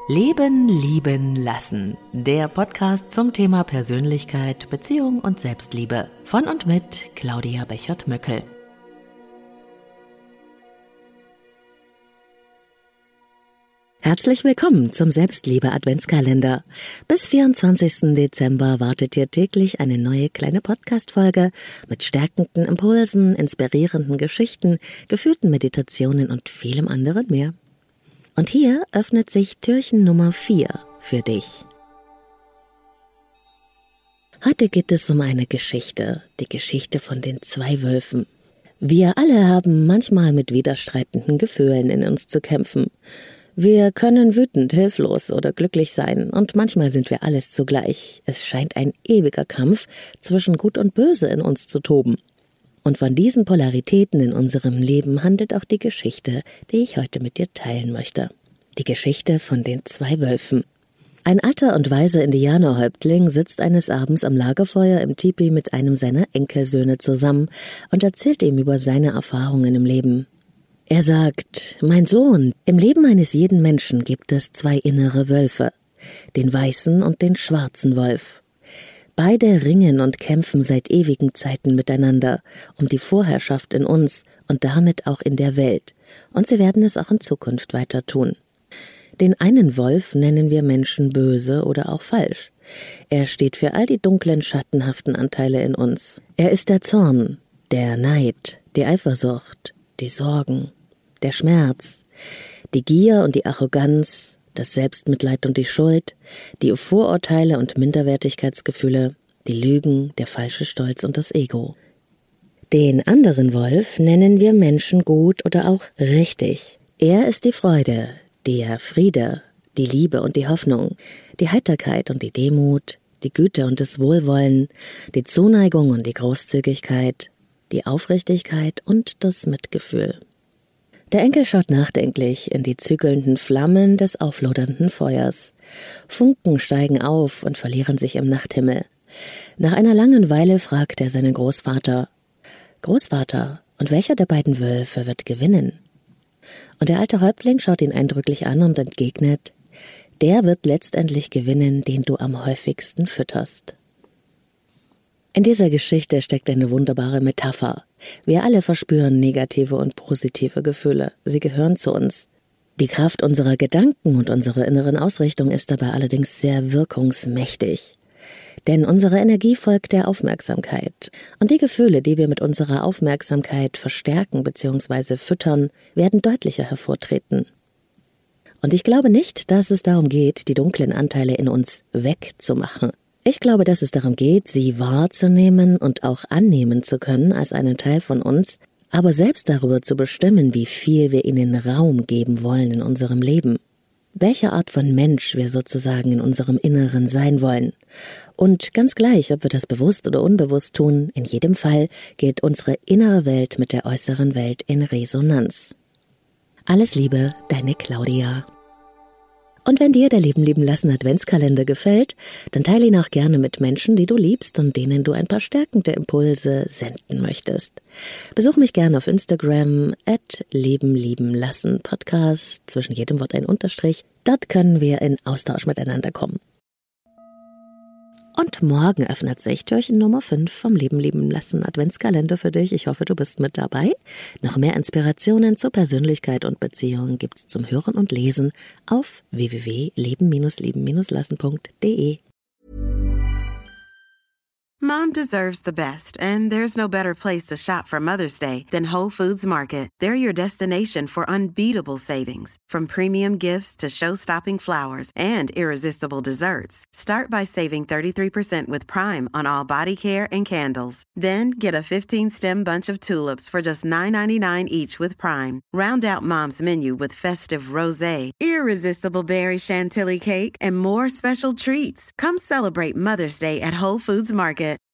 Leben, lieben, lassen. Der Podcast zum Thema Persönlichkeit, Beziehung und Selbstliebe. Von und mit Claudia Bechert-Möckel. Herzlich willkommen zum Selbstliebe-Adventskalender. Bis 24. Dezember wartet hier täglich eine neue kleine Podcast-Folge mit stärkenden Impulsen, inspirierenden Geschichten, geführten Meditationen und vielem anderen mehr. Und hier öffnet sich Türchen Nummer 4 für dich. Heute geht es um eine Geschichte, die Geschichte von den 2 Wölfen. Wir alle haben manchmal mit widerstreitenden Gefühlen in uns zu kämpfen. Wir können wütend, hilflos oder glücklich sein und manchmal sind wir alles zugleich. Es scheint ein ewiger Kampf zwischen Gut und Böse in uns zu toben. Und von diesen Polaritäten in unserem Leben handelt auch die Geschichte, die ich heute mit dir teilen möchte. Die Geschichte von den 2 Wölfen. Ein alter und weiser Indianerhäuptling sitzt eines Abends am Lagerfeuer im Tipi mit einem seiner Enkelsöhne zusammen und erzählt ihm über seine Erfahrungen im Leben. Er sagt: Mein Sohn, im Leben eines jeden Menschen gibt es 2 innere Wölfe, den weißen und den schwarzen Wolf. Beide ringen und kämpfen seit ewigen Zeiten miteinander um die Vorherrschaft in uns und damit auch in der Welt. Und sie werden es auch in Zukunft weiter tun. Den einen Wolf nennen wir Menschen böse oder auch falsch. Er steht für all die dunklen, schattenhaften Anteile in uns. Er ist der Zorn, der Neid, die Eifersucht, die Sorgen, der Schmerz, die Gier und die Arroganz, das Selbstmitleid und die Schuld, die Vorurteile und Minderwertigkeitsgefühle, die Lügen, der falsche Stolz und das Ego. Den anderen Wolf nennen wir Menschen gut oder auch richtig. Er ist die Freude, der Friede, die Liebe und die Hoffnung, die Heiterkeit und die Demut, die Güte und das Wohlwollen, die Zuneigung und die Großzügigkeit, die Aufrichtigkeit und das Mitgefühl. Der Enkel schaut nachdenklich in die zügelnden Flammen des auflodernden Feuers. Funken steigen auf und verlieren sich im Nachthimmel. Nach einer langen Weile fragt er seinen Großvater: Großvater, und welcher der beiden Wölfe wird gewinnen? Und der alte Häuptling schaut ihn eindrücklich an und entgegnet: Der wird letztendlich gewinnen, den du am häufigsten fütterst. In dieser Geschichte steckt eine wunderbare Metapher. Wir alle verspüren negative und positive Gefühle. Sie gehören zu uns. Die Kraft unserer Gedanken und unserer inneren Ausrichtung ist dabei allerdings sehr wirkungsmächtig. Denn unsere Energie folgt der Aufmerksamkeit. Und die Gefühle, die wir mit unserer Aufmerksamkeit verstärken bzw. füttern, werden deutlicher hervortreten. Und ich glaube nicht, dass es darum geht, die dunklen Anteile in uns wegzumachen. Ich glaube, dass es darum geht, sie wahrzunehmen und auch annehmen zu können als einen Teil von uns, aber selbst darüber zu bestimmen, wie viel wir ihnen Raum geben wollen in unserem Leben. Welche Art von Mensch wir sozusagen in unserem Inneren sein wollen. Und ganz gleich, ob wir das bewusst oder unbewusst tun, in jedem Fall geht unsere innere Welt mit der äußeren Welt in Resonanz. Alles Liebe, deine Claudia. Und wenn dir der Leben lieben lassen Adventskalender gefällt, dann teile ihn auch gerne mit Menschen, die du liebst und denen du ein paar stärkende Impulse senden möchtest. Besuch mich gerne auf Instagram @LebenLiebenLassen_Podcast, zwischen jedem Wort ein Unterstrich. Dort können wir in Austausch miteinander kommen. Und morgen öffnet sich Türchen Nummer 5 vom Leben lieben lassen Adventskalender für dich. Ich hoffe, du bist mit dabei. Noch mehr Inspirationen zur Persönlichkeit und Beziehung gibt's zum Hören und Lesen auf www.leben-lieben-lassen.de. Mom deserves the best, and there's no better place to shop for Mother's Day than Whole Foods Market. They're your destination for unbeatable savings, from premium gifts to show-stopping flowers and irresistible desserts. Start by saving 33% with Prime on all body care and candles. Then get a 15-stem bunch of tulips for just $9.99 each with Prime. Round out Mom's menu with festive rosé, irresistible berry chantilly cake, and more special treats. Come celebrate Mother's Day at Whole Foods Market.